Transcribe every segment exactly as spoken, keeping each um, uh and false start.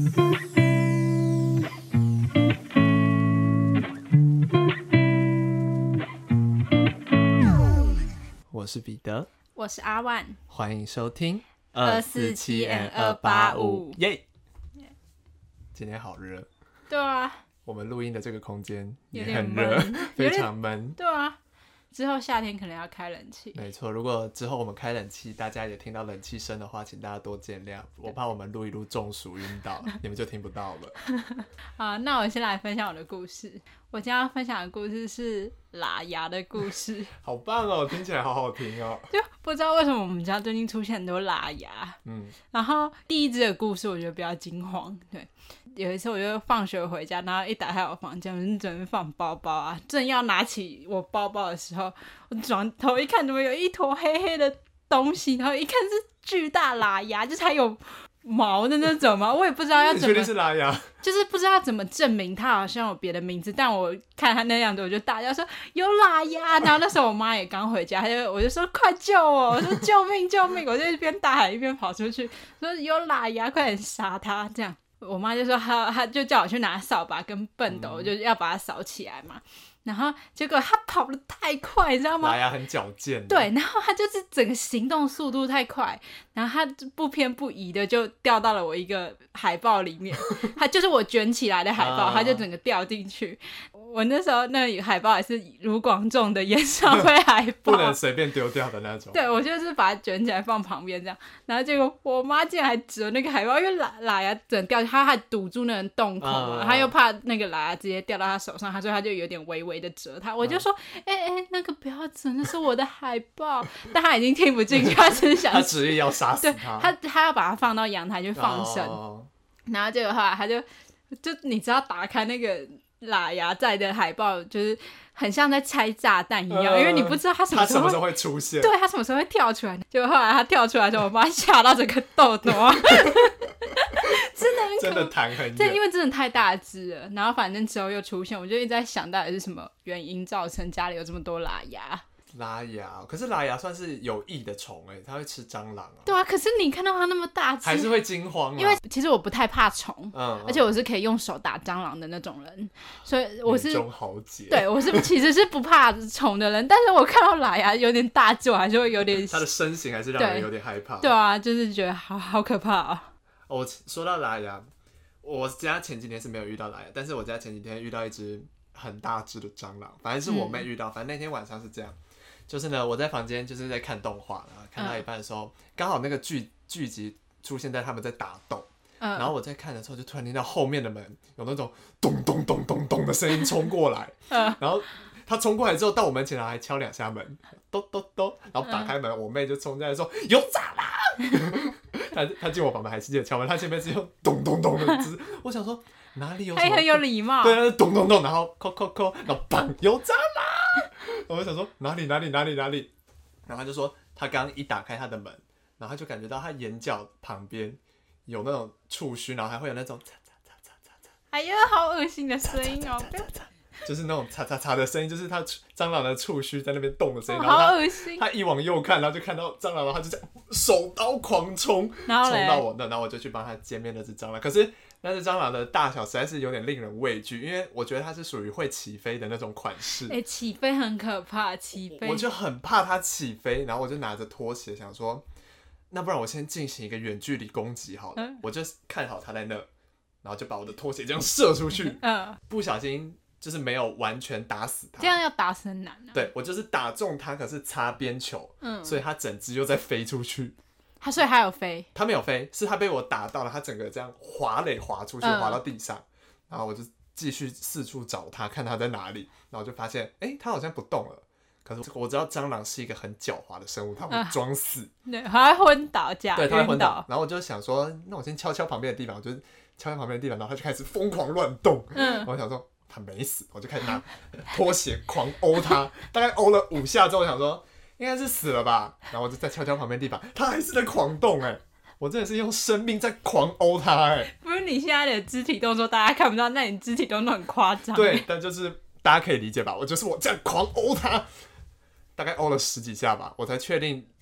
我是彼得， 我是阿万， 欢迎收听二四七 and 二八五耶！今天好热， 对啊， 我们录音的这个空间也有点很热， 闷非常闷。 对啊，之后夏天可能要开冷气。 没错，如果之后我们开冷气，大家也听到冷气声的话，请大家多见谅。我怕我们录一录中暑晕倒，你们就听不到了。 好，那我先来分享我的故事。我今天要分享的故事是拉牙的故事。 好棒哦，听起来好好听哦。 就不知道为什么我们家最近出现很多拉牙。嗯，然后第一支的故事我觉得比较惊慌。对，有一次我就放学回家，然后一打开我房间，我就准备放包包啊，正要拿起我包包的时候，我转头一看，怎么有一坨黑黑的东西，然后一看是巨大拉牙，就是还有毛的那种嘛，我也不知道要怎么， 你确定是拉牙？ 就是不知道怎么证明它好像有别的名字，但我看它那样子，我就大叫说有拉牙。然后那时候我妈也刚回家，她就我就说快救我，我说救命救命，我就一边大喊一边跑出去，说有拉牙，快点杀它这样。我妈就说她她就叫我去拿扫把跟畚斗，嗯、就要把它扫起来嘛。然后结果他跑得太快，你知道吗？ 拉牙很矫健。 对，然后他就是整个行动速度太快，然后他不偏不倚的就掉到了我一个海报里面，他就是我卷起来的海报，他就整个掉进去。我那时候那个海报也是卢广仲的演唱会海报， 不能随便丢掉的那种。 对，我就是把它卷起来放旁边这样，然后结果我妈竟然还折那个海报，因为拉拉牙整掉，她还堵住那个洞口嘛，她、uh, 又怕那个拉牙直接掉到她手上，她说她就有点微微的折它，我就说哎哎、uh. 欸，那个不要折，那是我的海报，但她已经听不进去，她只是想， 她执意要杀死她，她她要把它放到阳台去放生， oh. 然后结果后来她就就你知道打开那个拉牙在的海报，就是很像在拆炸弹一样、呃、因为你不知道他什么时候 会, 他什么时候会出现， 对，他什么时候会跳出来，结果后来他跳出来的时候，我妈吓到整个豆豆真的很真的弹很远， 对，因为真的太大只了，然后反正之后又出现，我就一直在想到底是什么原因造成家里有这么多拉牙。 拉牙，可是拉牙算是有益的虫哎，它会吃蟑螂啊。 对啊，可是你看到它那么大只， 还是会惊慌啊。 因为其实我不太怕虫， 嗯， 而且我是可以用手打蟑螂的那种人，所以我是眼中豪杰。对， 我是其实是不怕虫的人，但是我看到拉牙有点大只，我还是会有点， 它的身形还是让人有点害怕。 对, 对啊，就是觉得好好可怕啊。 哦，说到拉牙，我家前几天是没有遇到拉牙，但是我家前几天遇到一只很大只的蟑螂，反正是我妹遇到，嗯、反正那天晚上是这样。就是呢，我在房间就是在看动画，然后看到一半的时候，刚、嗯、好那个剧剧集出现在他们在打斗、嗯，然后我在看的时候，就突然听到后面的门有那种咚咚咚咚咚的声音冲过来，嗯、然后他冲过来之后，到我门前还敲两下门，咚咚咚，然后打开门，嗯、我妹就冲进来说有蟑螂，他他进我房门还是记得敲门，他前面是用咚咚咚的字，我想说哪里有什么， 还很有礼貌， 对，咚咚咚，然后扣扣扣，然后砰有蟑螂。我就想说哪里哪里哪里哪里，然后他就说他刚一打开他的门，然后他就感觉到他眼角旁边有那种触须，然后还会有那种嚓嚓嚓嚓嚓嚓， 哎呀，好恶心的声音哦！ 就是那种嚓嚓嚓的声音，就是他蟑螂的触须在那边动的声音。 哦、 然后他好恶心！ 他一往右看，然后就看到蟑螂，然后他就这样手刀狂冲，冲到我那，然后我就去帮他歼灭那只蟑螂。可是那只蟑螂的大小实在是有点令人畏惧，因为我觉得它是属于会起飞的那种款式。 哎、欸，起飞很可怕，起飞。 我就很怕它起飞，然后我就拿着拖鞋想说，那不然我先进行一个远距离攻击好了、嗯。我就看好它在那，然后就把我的拖鞋这样射出去，嗯、不小心就是没有完全打死它。 这样要打死很难啊。 对，我就是打中它，可是擦边球，嗯，所以它整只又再飞出去。 他所以他有飞， 他没有飞，是他被我打到了，他整个这样滑垒滑出去，嗯、滑到地上，然后我就继续四处找他，看他在哪里，然后就发现，哎、欸，他好像不动了。可是我知道蟑螂是一个很狡猾的生物，它会装死， 嗯、对，还会昏倒，假对，它会昏倒。然后我就想说，那我先敲敲旁边的地板，我就敲敲旁边的地板，然后他就开始疯狂乱动。嗯，我想说他没死，我就开始拿拖鞋狂殴他，大概殴了五下之后，我想说。应该是死了吧，然后我就再敲敲旁边地板，他还是在狂动哎、欸，我真的是用生命在狂殴他哎、欸。 不是你现在的肢体动作大家看不到，那你肢体动作很夸张。 对，但就是大家可以理解吧，我就是我这样狂殴他，大概殴了十几下吧，我才确定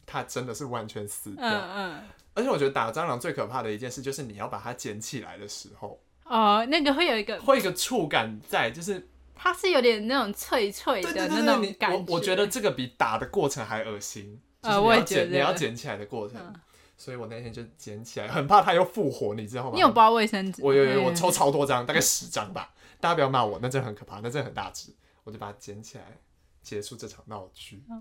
它真的是完全死掉。 嗯嗯。 而且我觉得打蟑螂最可怕的一件事就是你要把它捡起来的时候， 哦，那个会有一个会有一个触感在，就是它是有点那种脆脆的那种感觉。 我我觉得这个比打的过程还恶心。 呃， 就是、 我也觉得你要捡起来的过程。 嗯， 所以我那天就捡起来，很怕它又复活，你知道吗？ 你有包卫生纸？ 我有有，我抽超多张，大概十张吧。大家不要骂我，那真的很可怕，那真的很大只。我就把它捡起来，结束这场闹剧。嗯、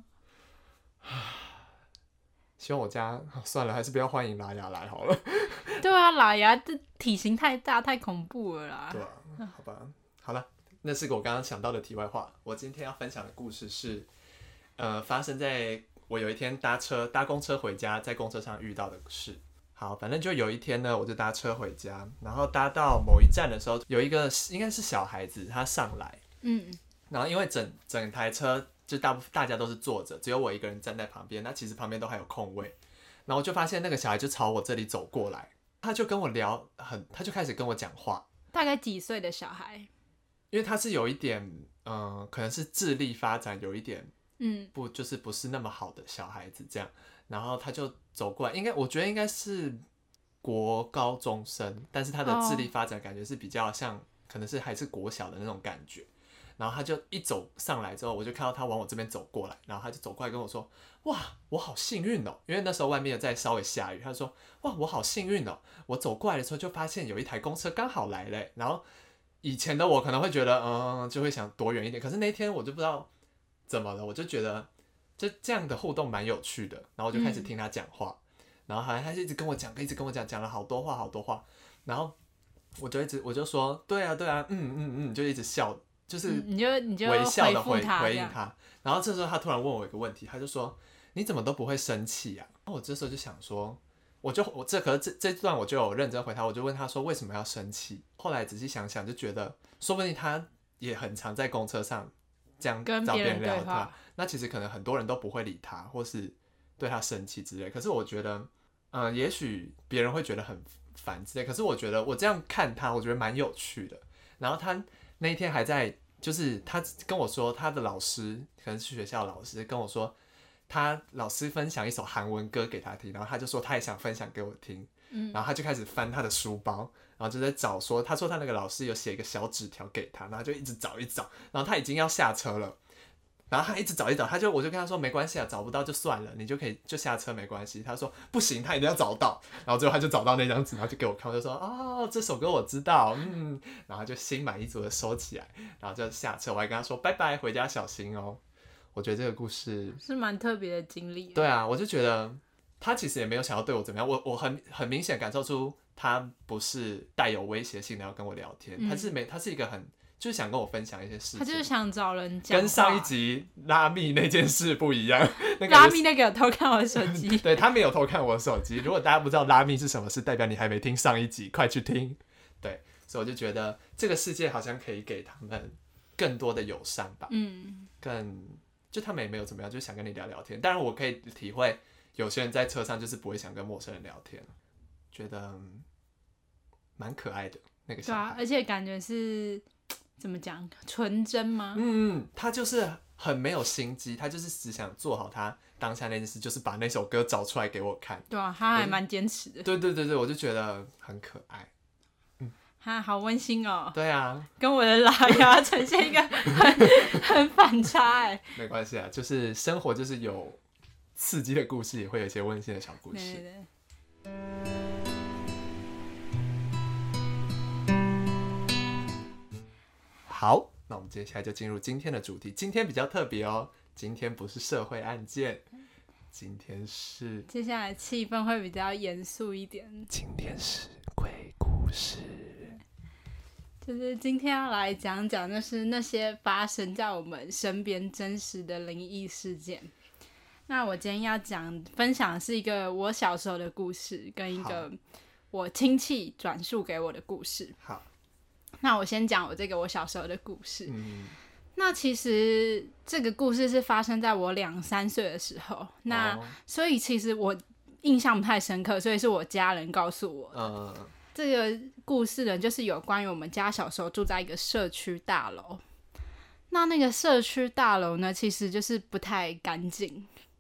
希望我家算了，还是不要欢迎拉雅来好了。 对啊，拉雅这体型太大，太恐怖了啦。 对啊，好吧，好了，那是我刚刚想到的题外话。我今天要分享的故事是，呃，发生在我有一天搭车搭公车回家，在公车上遇到的事。好，反正就有一天呢，我就搭车回家，然后搭到某一站的时候，有一个应该是小孩子，他上来，嗯，然后因为整整台车就大部分大家都是坐着，只有我一个人站在旁边，那其实旁边都还有空位，然后我就发现那个小孩就朝我这里走过来，他就跟我聊很，他就开始跟我讲话。 大概几岁的小孩？ 因为他是有一点，嗯、呃，可能是智力发展有一点，嗯，不就是不是那么好的小孩子这样。然后他就走过来，应该我觉得应该是国高中生，但是他的智力发展感觉是比较像，可能是还是国小的那种感觉。然后他就一走上来之后，我就看到他往我这边走过来，然后他就走过来跟我说：“哇，我好幸运哦！”因为那时候外面有在稍微下雨，他就说：“哇，我好幸运哦！我走过来的时候就发现有一台公车刚好来了。”然后以前的我可能会觉得，嗯，就会想躲远一点。可是那天我就不知道怎么了，我就觉得。就这样的互动蛮有趣的，然后我就开始听他讲话，嗯、然后好像他就一直跟我讲，一直跟我讲，讲了好多话，好多话，然后我就一直我就说，对啊，对啊，嗯嗯嗯，就一直笑，就是你就你就微笑的回回回应他，然后这时候他突然问我一个问题，他就说你怎么都不会生气啊？然后我这时候就想说，我就我这可是这这段我就有认真回他，我就问他说为什么要生气？后来仔细想想就觉得，说不定他也很常在公车上。这样找别人聊天，那其实可能很多人都不会理他，或是对他生气之类。可是我觉得，嗯、呃，也许别人会觉得很烦之类。可是我觉得我这样看他，我觉得蛮有趣的。然后他那一天还在，就是他跟我说，他的老师可能是学校老师跟我说，他老师分享一首韩文歌给他听，然后他就说他也想分享给我听。嗯、然后他就开始翻他的书包，然后就在找说，他说他那个老师有写一个小纸条给他，然后他就一直找一找，然后他已经要下车了，然后他一直找一找，他就我就跟他说没关系啊，找不到就算了，你就可以就下车没关系。他说不行，他一定要找到，然后最后他就找到那张纸，然后就给我看，我就说哦这首歌我知道，嗯，然后就心满意足的收起来，然后就下车，我还跟他说拜拜，回家小心哦。我觉得这个故事是蛮特别的经历。 对啊，我就觉得。他其实也没有想要对我怎么样，我我很很明显感受出他不是带有威胁性的要跟我聊天，嗯、他是没他是一个很就是想跟我分享一些事情， 他就是想找人讲， 跟上一集拉密那件事不一样。那个、 拉密那个有偷看我的手机， 对他没有偷看我的手机。如果大家不知道拉密是什么事，代表你还没听上一集，快去听。对，所以我就觉得这个世界好像可以给他们更多的友善吧，嗯，更就他们也没有怎么样，就想跟你聊聊天。当然我可以体会。有些人在车上就是不会想跟陌生人聊天，觉得蛮可爱的那个小孩。 对啊，而且感觉是怎么讲，纯真吗？ 嗯，他就是很没有心机，他就是只想做好他当下那件事，就是把那首歌找出来给我看。 对啊，他还蛮坚持的。 对对对对，我就觉得很可爱。 嗯，哈，好温馨哦。 对啊， 跟我的拉雅呈现一个很很反差哎。 没关系啊，就是生活就是有。刺激的故事也会有一些温馨的小故事。对对好，那我们接下来就进入今天的主题。今天比较特别哦，今天不是社会案件，今天是接下来气氛会比较严肃一点。 今天是鬼故事， 就是今天要来讲讲，就是那些发生在我们身边真实的灵异事件。那我今天要讲分享的是一个我小时候的故事，跟一个我亲戚转述给我的故事。 好， 那我先讲我这个我小时候的故事。嗯，那其实这个故事是发生在我两三岁的时候，那、哦、所以其实我印象不太深刻，所以是我家人告诉我的。嗯，这个故事呢，就是有关于我们家小时候住在一个社区大楼。那那个社区大楼呢，其实就是不太干净。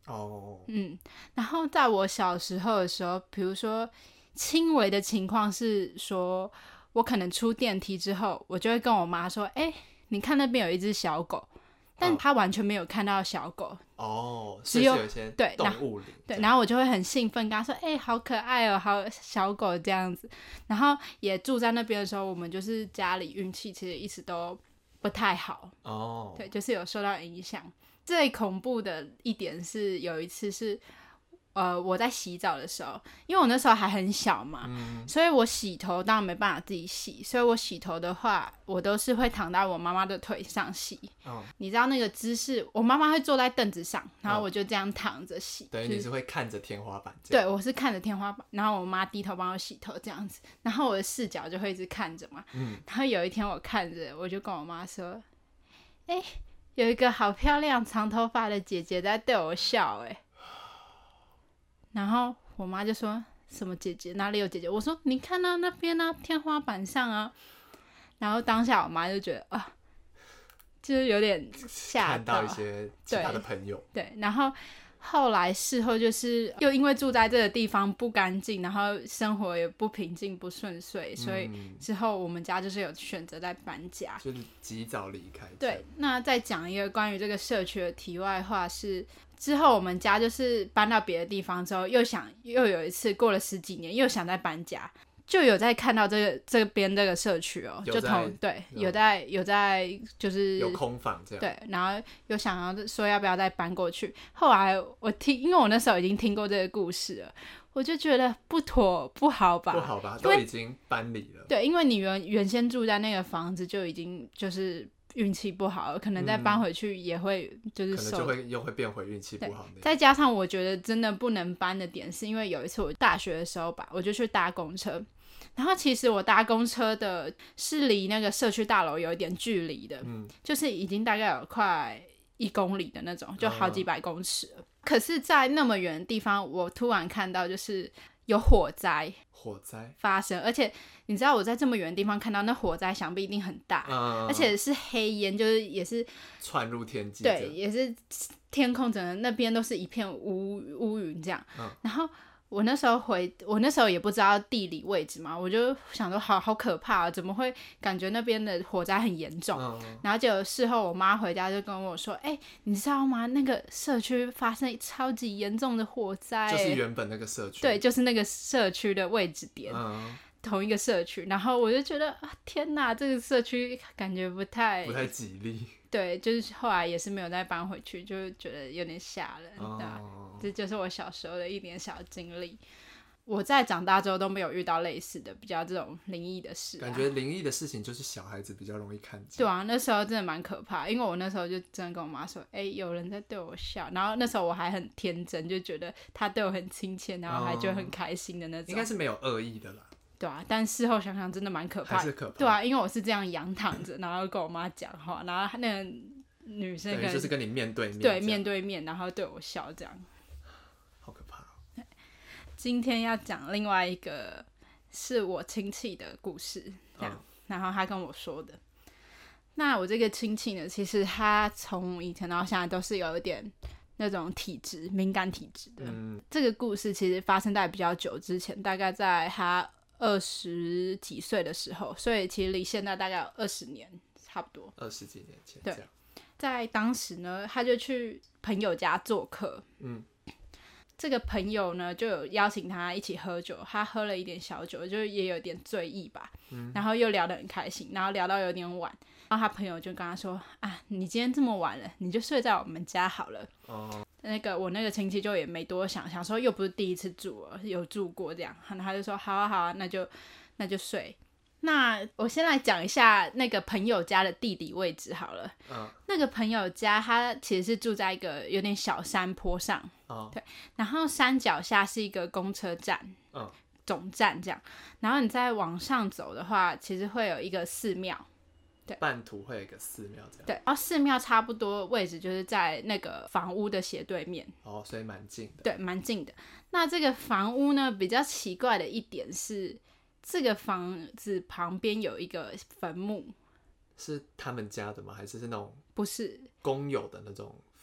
哦， 嗯，然后在我小时候的时候，比如说轻微的情况是说，我可能出电梯之后，我就会跟我妈说：“哎、欸，你看那边有一只小狗。”但她完全没有看到小狗。 哦， 只有有一些对动物灵。 对，然后我就会很兴奋，跟她说：“哎、欸，好可爱哦，好小狗这样子。”然后也住在那边的时候，我们就是家里运气其实一直都不太好。 哦， 对，就是有受到影响。最恐怖的一点是有一次是。呃，我在洗澡的时候，因为我那时候还很小嘛，嗯、所以我洗头当然没办法自己洗，所以我洗头的话，我都是会躺在我妈妈的腿上洗。哦、你知道那个姿势，我妈妈会坐在凳子上，然后我就这样躺着洗。 对、哦，就是、你是会看着天花板这样。对，我是看着天花板，然后我妈低头帮我洗头这样子，然后我的视角就会一直看着嘛。嗯。然后有一天我看着，我就跟我妈说：“哎、欸，有一个好漂亮长头发的姐姐在对我笑、欸，哎。”然后我妈就说：“什么姐姐？哪里有姐姐？”我说：“你看到、啊、那边啊，天花板上啊。”然后当下我妈就觉得啊，就是有点嚇到， 看到一些其他的朋友。 对，对，然后后来事后就是又因为住在这个地方不干净，然后生活也不平静不顺遂，所以之后我们家就是有选择在搬家， 就是及早离开。 对，那再讲一个关于这个社区的题外话是。之后我们家就是搬到别的地方之后，又想又有一次过了十几年，又想再搬家，就有在看到这个这边这个社区哦，就同对有在有在就是有空房这样， 对，然后又想要说要不要再搬过去。后来我听，因为我那时候已经听过这个故事了，我就觉得不妥不好吧， 不好吧，都已经搬离了。 对，因为你原原先住在那个房子就已经就是运气不好，可能再搬回去也会就是受、 嗯、可能就会又会变回运气不好。 再加上我觉得真的不能搬的点，是因为有一次我大学的时候吧，我就去搭公车，然后其实我搭公车的是离那个社区大楼有一点距离的，嗯，就是已经大概有快一公里的那种，就好几百公尺了。嗯、可是，在那么远的地方，我突然看到就是有火灾。 火灾发生，而且你知道我在这么远的地方看到那火灾，想必一定很大，嗯、而且是黑烟，就是也是窜入天际， 对，也是天空整个那边都是一片乌乌云这样。嗯、然后我那时候回，我那时候也不知道地理位置嘛，我就想说好好可怕、啊，怎么会感觉那边的火灾很严重？嗯、然后结果事后我妈回家就跟我说：“哎、欸，你知道吗？那个社区发生超级严重的火灾、欸， 就是原本那个社区， 对，就是那个社区的位置点。嗯”同一个社区，然后我就觉得啊，天哪，这个社区感觉不太不太吉利。 对，就是后来也是没有再搬回去，就觉得有点吓人。哦、对、啊，这就是我小时候的一点小经历。我在长大之后都没有遇到类似的比较这种灵异的事、啊。 感觉灵异的事情就是小孩子比较容易看见。 对啊，那时候真的蛮可怕，因为我那时候就真的跟我妈说：“哎、欸，有人在对我笑。”然后那时候我还很天真，就觉得他对我很亲切，然后还觉得很开心的那种。 应该是没有恶意的啦。 对啊，但事后想想真的蛮可怕的， 还是可怕。 对啊，因为我是这样仰躺着，然后跟我妈讲话，然后那个女生跟就是跟你面对面， 对，面对面，然后对我笑这样， 好可怕哦。 今天要讲另外一个是我亲戚的故事，这样，嗯、然后他跟我说的。那我这个亲戚呢，其实他从以前到现在都是有一点那种体质敏感体质的。嗯、这个故事其实发生在比较久之前，大概在他二十几岁的时候，所以其实离现在大概有二十年差不多， 二十几年前。 对，在当时呢，他就去朋友家做客。嗯，这个朋友呢就有邀请他一起喝酒，他喝了一点小酒，就也有点醉意吧。嗯，然后又聊得很开心，然后聊到有点晚，然后他朋友就跟他说：“啊，你今天这么晚了，你就睡在我们家好了。”哦。那个我那个亲戚就也没多想，想说又不是第一次住了，有住过这样，然后他就说好啊好啊，那就那就睡。那我先来讲一下那个朋友家的地理位置好了。嗯、那个朋友家他其实是住在一个有点小山坡上，嗯、对，然后山脚下是一个公车站，嗯、总站这样，然后你再往上走的话，其实会有一个寺庙。对， 半途会有一个寺庙这样。 对，然后寺庙差不多位置就是在那个房屋的斜对面。 哦，所以蛮近的。 对，蛮近的。那这个房屋呢，比较奇怪的一点是，这个房子旁边有一个坟墓。 是他们家的吗？还是是那种不是公有的那种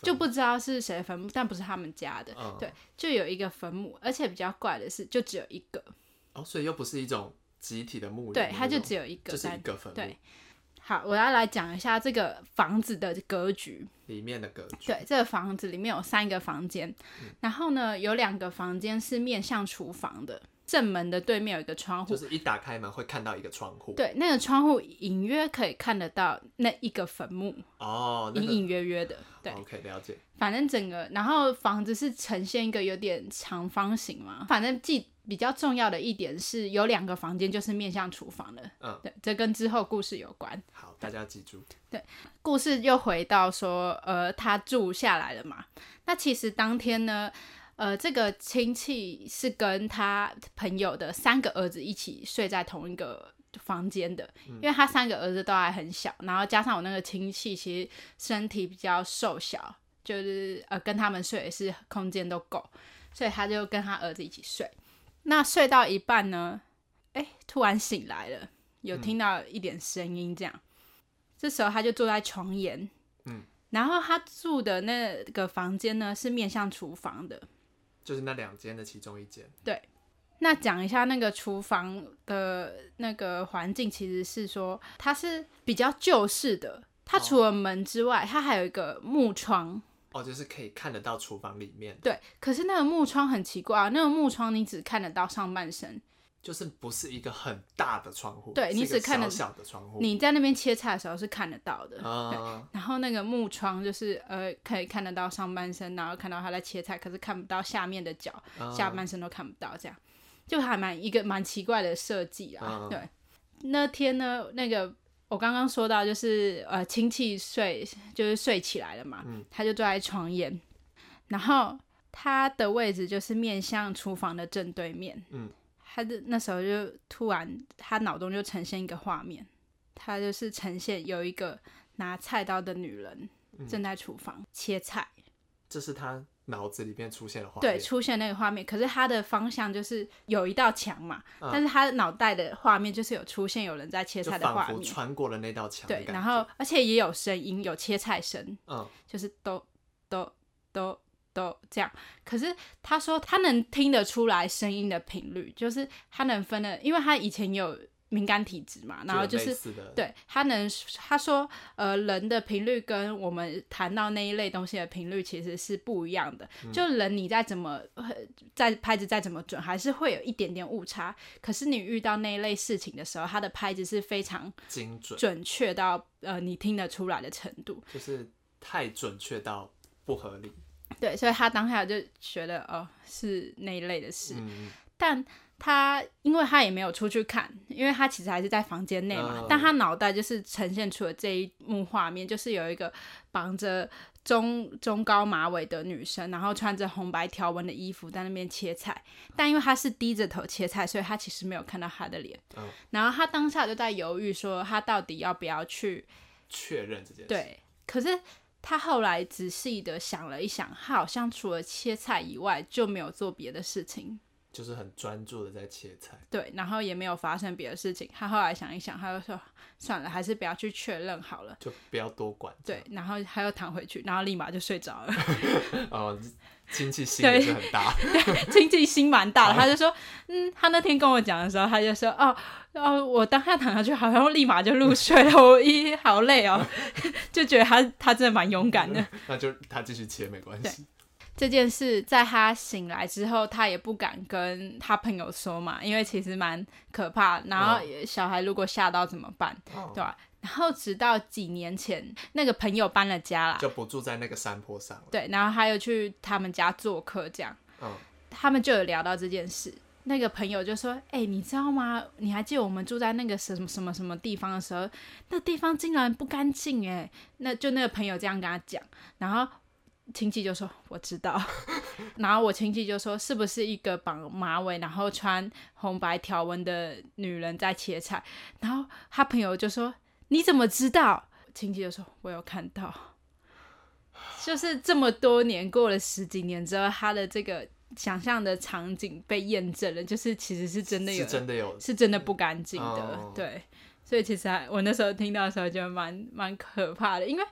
就不知道是谁的坟墓，但不是他们家的，嗯、对，就有一个坟墓，而且比较怪的是，就只有一个。 哦，所以又不是一种集体的墓园， 对，它就只有一个， 就是一个坟墓。 对，好，我要来讲一下这个房子的格局， 里面的格局。 对，这个房子里面有三个房间，嗯、然后呢，有两个房间是面向厨房的。正门的对面有一个窗户， 就是一打开门会看到一个窗户。 对，那个窗户隐约可以看得到那一个坟墓哦， 隐隐约约的。对 ，OK， 了解。 反正整个，然后房子是呈现一个有点长方形嘛。反正记比较重要的一点是，有两个房间就是面向厨房的。嗯，对，这跟之后故事有关。 好，大家记住。 对，故事又回到说，呃，他住下来了嘛。那其实当天呢。呃，这个亲戚是跟他朋友的三个儿子一起睡在同一个房间的，嗯、因为他三个儿子都还很小，然后加上我那个亲戚其实身体比较瘦小，就是呃跟他们睡也是空间都够，所以他就跟他儿子一起睡。那睡到一半呢，哎，突然醒来了，有听到一点声音，这样，嗯、这时候他就坐在床沿，嗯，然后他住的那个房间呢是面向厨房的。 就是那两间的其中一间。 对，那讲一下那个厨房的那个环境，其实是说它是比较旧式的，它除了门之外，它还有一个木窗。 哦，就是可以看得到厨房里面。 对，可是那个木窗很奇怪啊，那个木窗你只看得到上半身。 就是不是一个很大的窗户， 对，你只看得小小的窗户。 你在那边切菜的时候是看得到的， 啊、 对。然后那个木窗就是呃可以看得到上半身，然后看到他在切菜，可是看不到下面的脚，啊、下半身都看不到，这样就还蛮一个蛮奇怪的设计啊。啊对，那天呢，那个我刚刚说到就是呃亲戚睡就是睡起来了嘛，嗯、他就坐在床沿，然后他的位置就是面向厨房的正对面，嗯。他的那时候就突然，他脑中就呈现一个画面，他就是呈现有一个拿菜刀的女人正在厨房切菜，嗯、 这是他脑子里面出现的画面。 对，出现那个画面，可是他的方向就是有一道墙嘛，嗯、但是他脑袋的画面就是有出现有人在切菜的画面， 就仿佛穿过了那道墙。 对，然后而且也有声音，有切菜声，嗯，就是都都都。都这样，可是他说他能听得出来声音的频率，就是他能分的，因为他以前有敏感体质嘛，然后就是对他能他说呃人的频率跟我们谈到那一类东西的频率其实是不一样的，嗯、就人你再怎么再拍子再怎么准，还是会有一点点误差。可是你遇到那一类事情的时候，他的拍子是非常精准、 准确到呃你听得出来的程度， 就是太准确到不合理。 对，所以他当下就觉得哦是那一类的事， 嗯、 但他因为他也没有出去看，因为他其实还是在房间内嘛，嗯、但他脑袋就是呈现出了这一幕画面，就是有一个绑着中中高马尾的女生，然后穿着红白条纹的衣服在那边切菜，但因为他是低着头切菜，所以他其实没有看到他的脸，嗯、然后他当下就在犹豫说他到底要不要去确认这件事。 对，可是他后来仔细的想了一想，他好像除了切菜以外就没有做别的事情， 就是很专注的在切菜。 对，然后也没有发生别的事情。他后来想一想，他就说算了，还是不要去确认好了， 就不要多管。 对，然后他又躺回去，然后立马就睡着了。 哦，亲戚心也是很大。 对，亲戚心蛮大的。他就说，嗯，他那天跟我讲的时候，他就说，哦，哦，我当下躺下去，好像立马就入睡了。我一好累哦，就觉得他他真的蛮勇敢的。 那就他继续切没关系。 这件事在他醒来之后，他也不敢跟他朋友说嘛，因为其实蛮可怕。然后小孩如果吓到怎么办？哦、对吧、啊？然后直到几年前，那个朋友搬了家啦， 就不住在那个山坡上了。 对，然后他又去他们家做客，这样，嗯、他们就有聊到这件事。那个朋友就说：“哎、欸，你知道吗？你还记得我们住在那个什么什么什么地方的时候，那地方竟然不干净哎！”那就那个朋友这样跟他讲，然后亲戚就说：“我知道。”然后我亲戚就说：“是不是一个绑马尾，然后穿红白条纹的女人在切菜？”然后他朋友就说：“你怎么知道？”亲戚就说：“我有看到。”就是这么多年过了十几年之后，他的这个想象的场景被验证了，就是其实是真的有， 是真的有， 是真的不干净的， 哦、 对。所以其实还我那时候听到的时候就蛮蛮可怕的，因为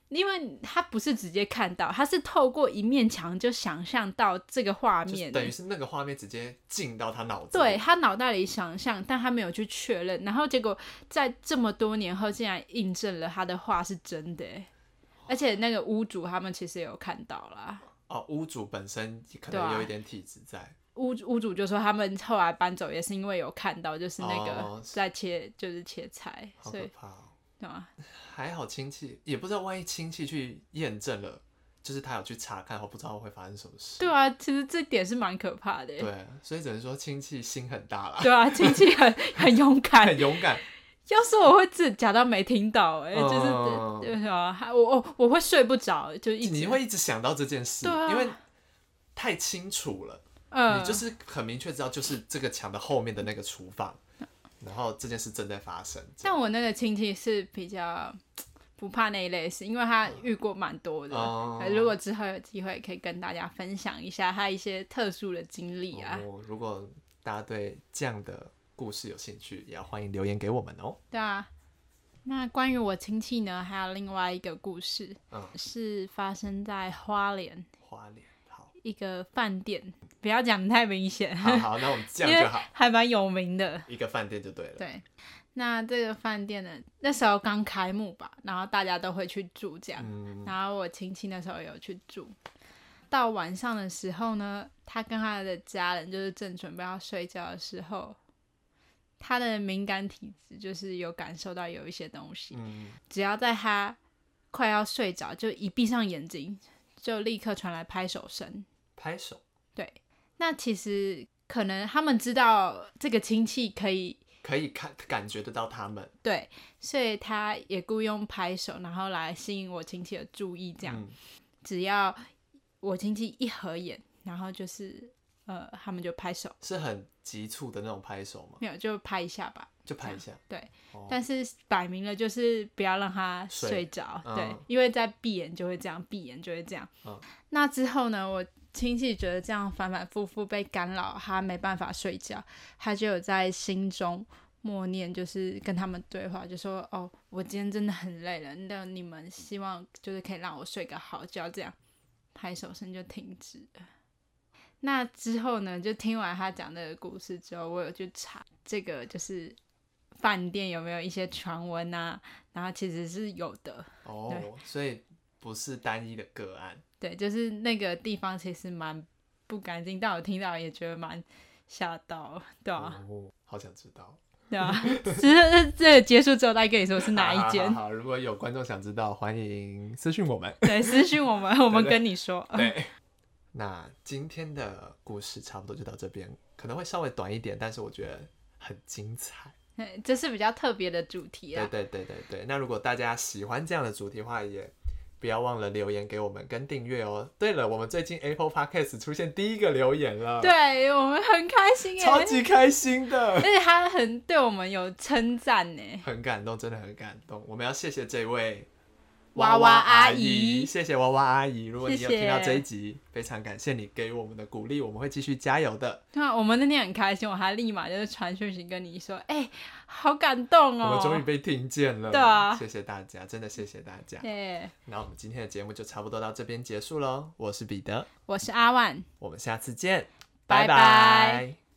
因为他不是直接看到，他是透过一面墙就想象到这个画面， 等于是那个画面直接进到他脑子里， 对，他脑袋里想象，但他没有去确认，然后结果在这么多年后竟然印证了他的话是真的耶，而且那个屋主他们其实也有看到啦。 哦，屋主本身可能有一点体质在。 屋屋主就说他们后来搬走也是因为有看到，就是那个哦在切，就是切菜， 好所以可怕哦。 对吧？ 还好亲戚也不知道，万一亲戚去验证了，就是他有去查看后，不知道会发生什么事。 对啊，其实这点是蛮可怕的耶。 对，所以只能说亲戚心很大啦。 对啊，亲戚很很勇敢， 很勇敢。 要是我会自己假装没听到、欸，哎、 嗯， 就是对啊，我我我会睡不着，就一直你会一直想到这件事， 对啊、 因为太清楚了， 嗯， 你就是很明确知道，就是这个墙的后面的那个厨房，然后这件事正在发生。 但我那个亲戚是比较不怕那一类事，因为他遇过蛮多的、 哦。 如果之后有机会，可以跟大家分享一下他一些特殊的经历啊、 哦。如果大家对这样的故事有兴趣，也要欢迎留言给我们哦。 对啊。那关于我亲戚呢，还有另外一个故事， 嗯、 是发生在花莲。 花莲，好， 一个饭店，不要讲太明显。 好好，那我们这样就好。 还蛮有名的一个饭店就对了。 对，那这个饭店呢，那时候刚开幕吧，然后大家都会去住这样。嗯、然后我亲戚那时候有去住。到晚上的时候呢，他跟他的家人就是正准备要睡觉的时候。他的敏感体质就是有感受到有一些东西，嗯、只要在他快要睡着，就一闭上眼睛，就立刻传来拍手声。 拍手， 对，那其实可能他们知道这个亲戚可以可以看感觉得到他们， 对，所以他也故意用拍手，然后来吸引我亲戚的注意，这样，嗯、只要我亲戚一合眼，然后就是呃，他们就拍手， 是很急促的那种拍手吗？ 没有，就拍一下吧， 就拍一下， 对，哦、但是摆明了就是不要让他睡着，对，嗯、因为在闭眼就会这样，闭眼就会这样。嗯、那之后呢，我亲戚觉得这样反反复复被干扰，他没办法睡觉，他就有在心中默念，就是跟他们对话，就说：“哦，我今天真的很累了，那你们希望就是可以让我睡个好觉。”这样拍手声就停止了。那之后呢，就听完他讲这个故事之后，我有去查这个就是饭店有没有一些传闻啊，然后其实是有的哦，所以不是单一的个案。对， 就是那个地方其实蛮不干净，但我听到也觉得蛮吓到，对啊， 哦，好想知道。 对啊，只是这个结束之后再跟你说是哪一间。 好, 好, 好，如果有观众想知道，欢迎私讯我们。 对，私讯我们，我们跟你说。 对。对那今天的故事差不多就到这边，可能会稍微短一点，但是我觉得很精彩。 对，这是比较特别的主题啊。 对对对对对。那如果大家喜欢这样的主题的话，也不要忘了留言给我们跟订阅哦。对了，我们最近 Apple Podcast 出现第一个留言了， 对我们很开心耶， 超级开心的， 而且他很对我们有称赞呢， 很感动，真的很感动。我们要谢谢这位娃娃阿姨， 谢谢娃娃阿姨。如果你有听到这一集，謝謝非常感谢你给我们的鼓励，我们会继续加油的。 对啊，我们那天很开心，我还立马就是传讯息跟你说，哎、欸，好感动哦， 我们终于被听见了。 对啊， 谢谢大家，真的谢谢大家。 对， 那我们今天的节目就差不多到这边结束咯。我是彼得， 我是阿万， 我们下次见， 拜拜。 拜拜。